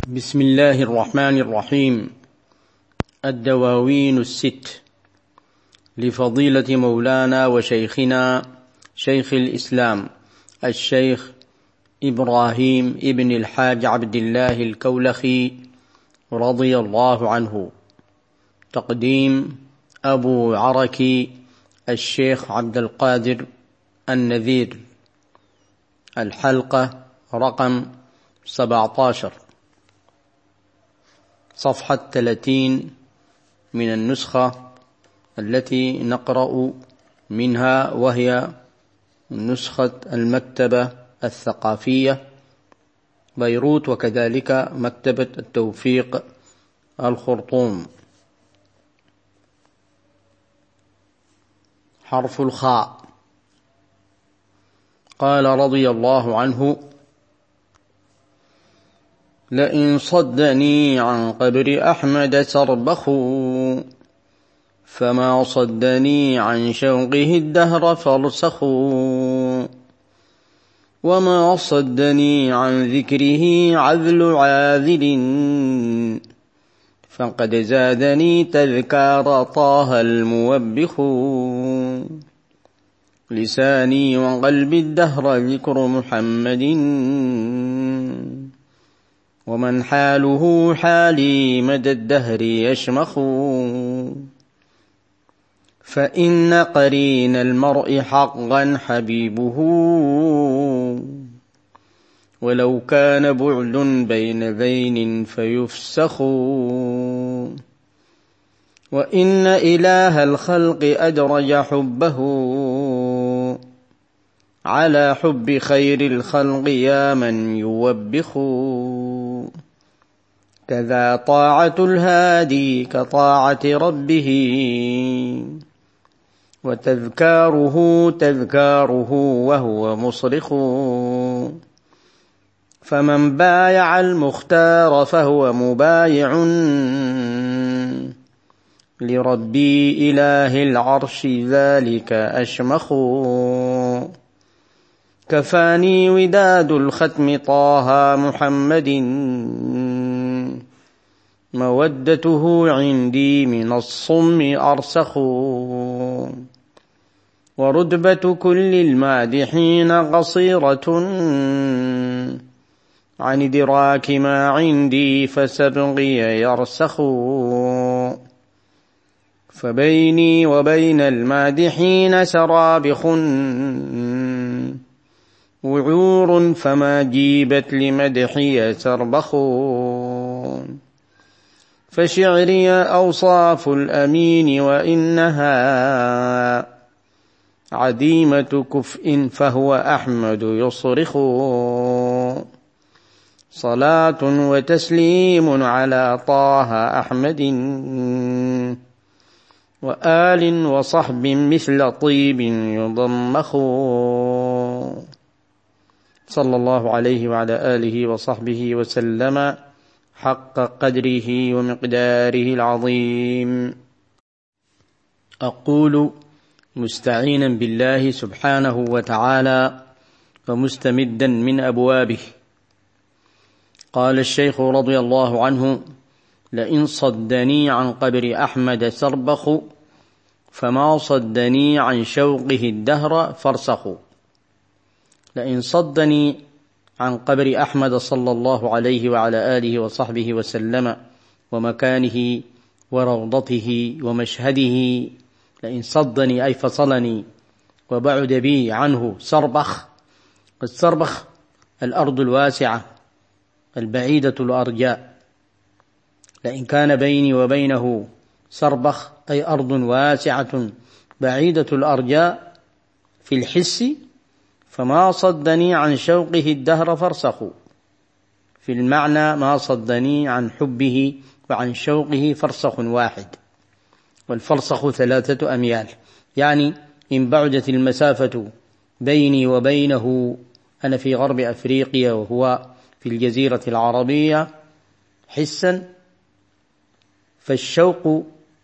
بسم الله الرحمن الرحيم. الدواوين الست لفضيلة مولانا وشيخنا شيخ الإسلام الشيخ إبراهيم ابن الحاج عبد الله الكولخي رضي الله عنه. تقديم أبو عركي الشيخ عبد القادر النذير. الحلقة رقم 17، صفحة 30 من النسخة التي نقرأ منها، وهي نسخة المكتبة الثقافية بيروت، وكذلك مكتبة التوفيق الخرطوم. حرف الخاء. قال رضي الله عنه: لئن صدني عن قبر أحمد سربخ، فما صدني عن شوقه الدهر فرسخ، وما صدني عن ذكره عذل عاذل، فقد زادني تذكار طه الموبخ. لساني وقلبي الدهر ذكر محمد، ومن حاله حالي مدى الدهر يشمخ. فإن قرين المرء حقا حبيبه، ولو كان بعد بين بين فيفسخ. وإن إله الخلق أدرج حبه على حب خير الخلق يا من يوبخ. كذا طاعة الهادي كطاعة ربه، وتذكاره تذكاره وهو مصرخ. فمن بايع المختار فهو مبايع لربي إله العرش، ذلك أشمخ. كفاني وداد الختم طه محمد، مودته عندي من الصم أرسخ. ورتبة كل المادحين قصيرة عن إدراك ما عندي، فسبقي يرسخ. فبيني وبين المادحين سرابخ وعور، فما جيبت لمدحي تربخ. فشعري أوصاف الأمين، وإنها عديمة كفء، فهو أحمد يصرخ. صلاة وتسليم على طه أحمد، وآل وصحب مثل طيب يضمخ. صلى الله عليه وعلى آله وصحبه وسلم حق قدره ومقداره العظيم. أقول مستعينا بالله سبحانه وتعالى ومستمدا من أبوابه. قال الشيخ رضي الله عنه: لئن صدني عن قبر أحمد سربخ، فما صدني عن شوقه الدهر فرسخ. لئن صدني عن قبر أحمد صلى الله عليه وعلى آله وصحبه وسلم ومكانه وروضته ومشهده، لئن صدني أي فصلني وبعد بي عنه سربخ. السربخ الأرض الواسعة البعيدة الأرجاء. لئن كان بيني وبينه سربخ أي أرض واسعة بعيدة الأرجاء في الحس، فما صدني عن شوقه الدهر فرسخ. في المعنى ما صدني عن حبه وعن شوقه فرسخ واحد، والفرسخ 3 أميال. يعني إن بعدت المسافة بيني وبينه، أنا في غرب أفريقيا وهو في الجزيرة العربية حسا، فالشوق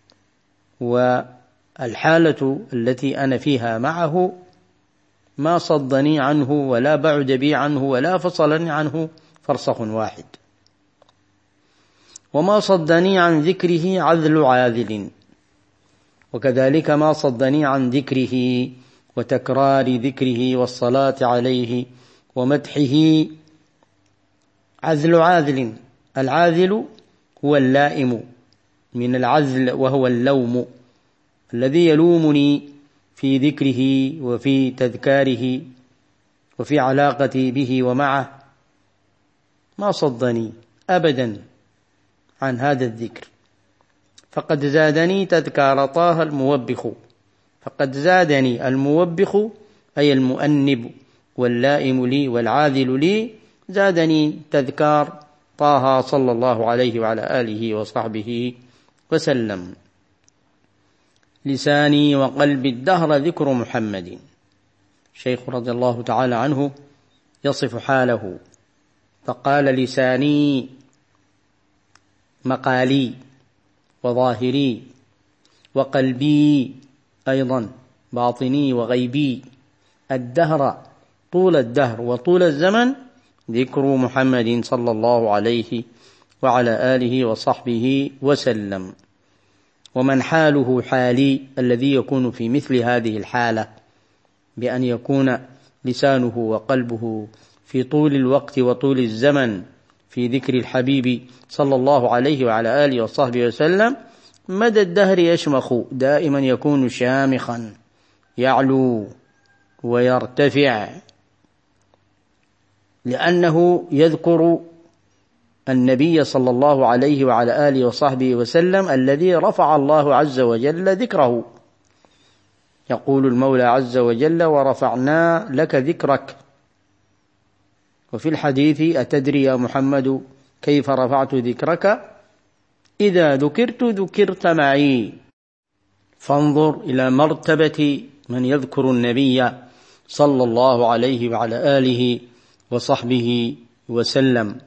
والحالة التي أنا فيها معه ما صدني عنه ولا بعد بي عنه ولا فصلني عنه فرسخ واحد. وما صدني عن ذكره عذل عاذل، وكذلك ما صدني عن ذكره وتكرار ذكره والصلاة عليه ومدحه عذل عاذل. العاذل هو اللائم من العذل، وهو اللوم الذي يلومني في ذكره وفي تذكاره وفي علاقتي به ومعه. ما صدني أبدا عن هذا الذكر، فقد زادني تذكار طه الموبخ. فقد زادني الموبخ أي المؤنب واللائم لي والعاذل لي، زادني تذكار طه صلى الله عليه وعلى آله وصحبه وسلم. لساني وقلبي الدهر ذكر محمد. الشيخ رضي الله تعالى عنه يصف حاله فقال: لساني مقالي وظاهري، وقلبي أيضا باطني وغيبي، الدهر طول الدهر وطول الزمن ذكر محمد صلى الله عليه وعلى آله وصحبه وسلم. ومن حاله حالي الذي يكون في مثل هذه الحالة، بأن يكون لسانه وقلبه في طول الوقت وطول الزمن في ذكر الحبيب صلى الله عليه وعلى آله وصحبه وسلم، مدى الدهر يشمخ، دائما يكون شامخا يعلو ويرتفع، لأنه يذكر النبي صلى الله عليه وعلى آله وصحبه وسلم الذي رفع الله عز وجل ذكره. يقول المولى عز وجل: ورفعنا لك ذكرك. وفي الحديث: أتدري يا محمد كيف رفعت ذكرك؟ إذا ذكرت ذكرت معي. فانظر إلى مرتبة من يذكر النبي صلى الله عليه وعلى آله وصحبه وسلم.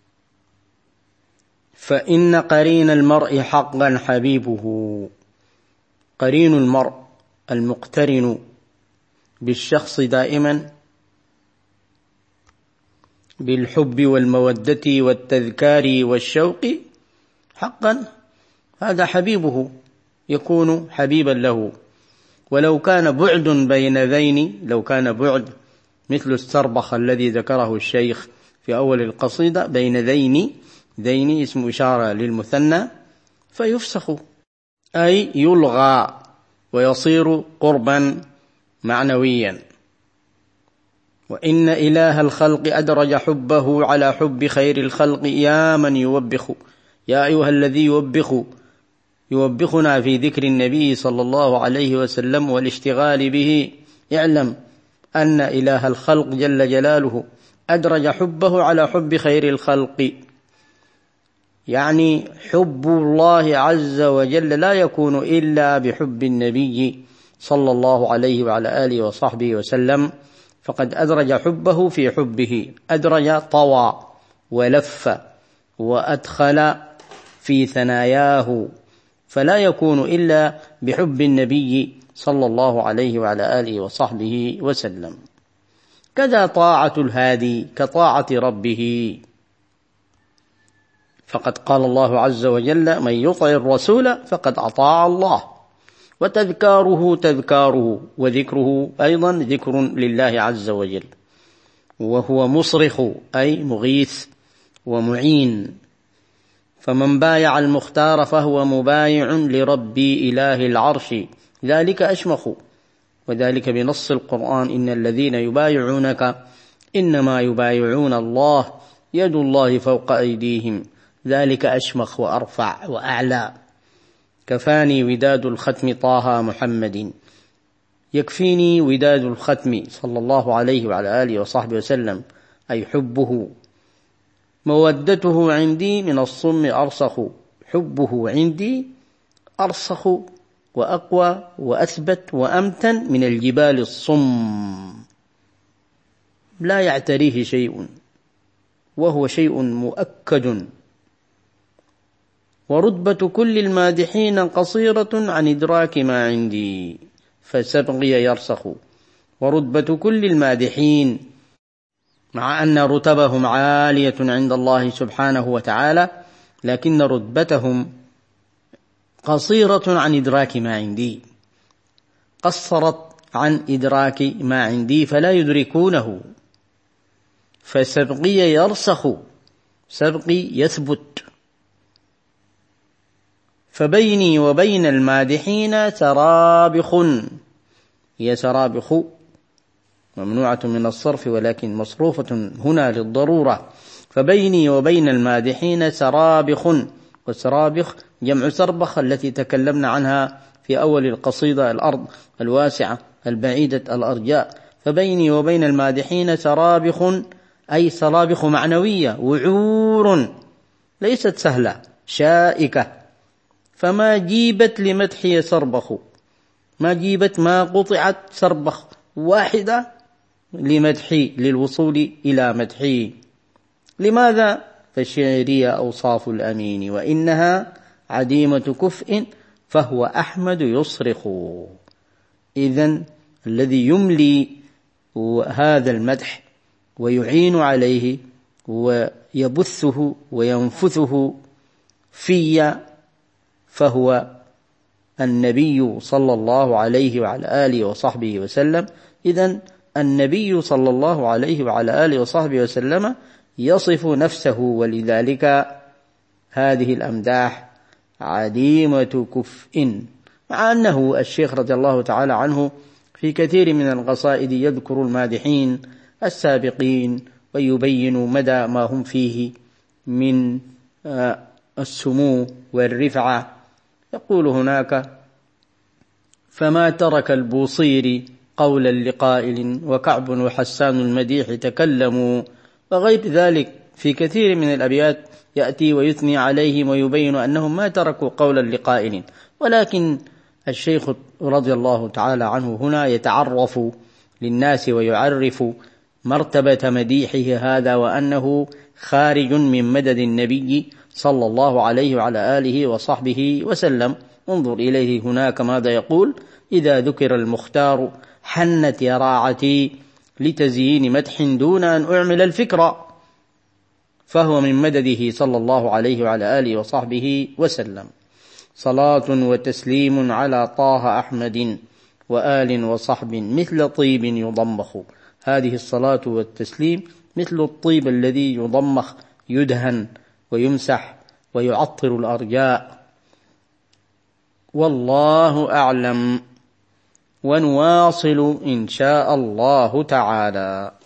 فإن قرين المرء حقا حبيبه. قرين المرء المقترن بالشخص دائما بالحب والمودة والتذكار والشوق، حقا هذا حبيبه، يكون حبيبا له. ولو كان بعد بين ذين، لو كان بعد مثل السربخ الذي ذكره الشيخ في أول القصيدة، بين ذين اسم إشارة للمثنى، فيفسخ أي يلغى ويصير قربا معنويا. وإن إله الخلق أدرج حبه على حب خير الخلق، يا من يوبخ، يا أيها الذي يوبخنا في ذكر النبي صلى الله عليه وسلم والاشتغال به، اعلم أن إله الخلق جل جلاله أدرج حبه على حب خير الخلق. يعني حب الله عز وجل لا يكون إلا بحب النبي صلى الله عليه وعلى آله وصحبه وسلم، فقد أدرج حبه في حبه، أدرج طوى ولف وأدخل في ثناياه، فلا يكون إلا بحب النبي صلى الله عليه وعلى آله وصحبه وسلم. كذا طاعة الهادي كطاعة ربه، فقد قال الله عز وجل: من يطع الرسول فقد أطاع الله. وتذكاره تذكاره، وذكره أيضا ذكر لله عز وجل، وهو مصرخ أي مغيث ومعين. فمن بايع المختار فهو مبايع لربي إله العرش، ذلك أشمخ. وذلك بنص القرآن: إن الذين يبايعونك إنما يبايعون الله يد الله فوق أيديهم، ذلك أشمخ وأرفع وأعلى. كفاني وداد الختم طه محمد، يكفيني وداد الختم صلى الله عليه وعلى آله وصحبه وسلم، أي حبه. مودته عندي من الصم أرسخ، حبه عندي أرسخ وأقوى وأثبت وأمتن من الجبال الصم، لا يعتريه شيء، وهو شيء مؤكد. ورتبة كل المادحين قصيرة عن إدراك ما عندي، فسبقي يرسخ. ورتبة كل المادحين، مع أن رتبهم عالية عند الله سبحانه وتعالى، لكن رتبتهم قصيرة عن إدراك ما عندي، قصرت عن إدراك ما عندي فلا يدركونه، فسبقي يرسخ، سبقي يثبت. فبيني وبين المادحين سرابخ، هي سرابخ ممنوعة من الصرف ولكن مصروفة هنا للضرورة. فبيني وبين المادحين سرابخ، والسرابخ جمع سربخ التي تكلمنا عنها في أول القصيدة، الأرض الواسعة البعيدة الأرجاء. فبيني وبين المادحين سرابخ أي سرابخ معنوية، وعور ليست سهلة، شائكة. فما جيبت لمدحي سربخ، ما جيبت، ما قطعت سربخ واحدة لمدحي، للوصول إلى مدحي. لماذا؟ فشعري أوصاف الأمين وإنها عديمة كفء فهو أحمد يصرخ. إذن الذي يملي هذا المدح ويعين عليه ويبثه وينفثه في فهو النبي صلى الله عليه وعلى آله وصحبه وسلم. إذن النبي صلى الله عليه وعلى آله وصحبه وسلم يصف نفسه، ولذلك هذه الأمداح عديمة كفء، مع أنه الشيخ رضي الله تعالى عنه في كثير من القصائد يذكر المادحين السابقين ويبين مدى ما هم فيه من السمو والرفعة. يقول هناك: فما ترك البوصيري قولا لقائل وكعب وحسان المديح تكلموا، وغير ذلك في كثير من الأبيات يأتي ويثني عليهم ويبين أنهم ما تركوا قولا لقائل. ولكن الشيخ رضي الله تعالى عنه هنا يتعرف للناس ويعرف مرتبة مديحه هذا، وأنه خارج من مدد النبي صلى الله عليه وعلى آله وصحبه وسلم. انظر إليه هناك ماذا يقول: إذا ذكر المختار حنت يراعتي لتزيين مدح دون أن أعمل الفكرة، فهو من مدده صلى الله عليه وعلى آله وصحبه وسلم. صلاة وتسليم على طه أحمد وآل وصحب مثل طيب يضمخ. هذه الصلاة والتسليم مثل الطيب الذي يضمخ، يدهن ويمسح ويعطر الأرجاء. والله أعلم، ونواصل إن شاء الله تعالى.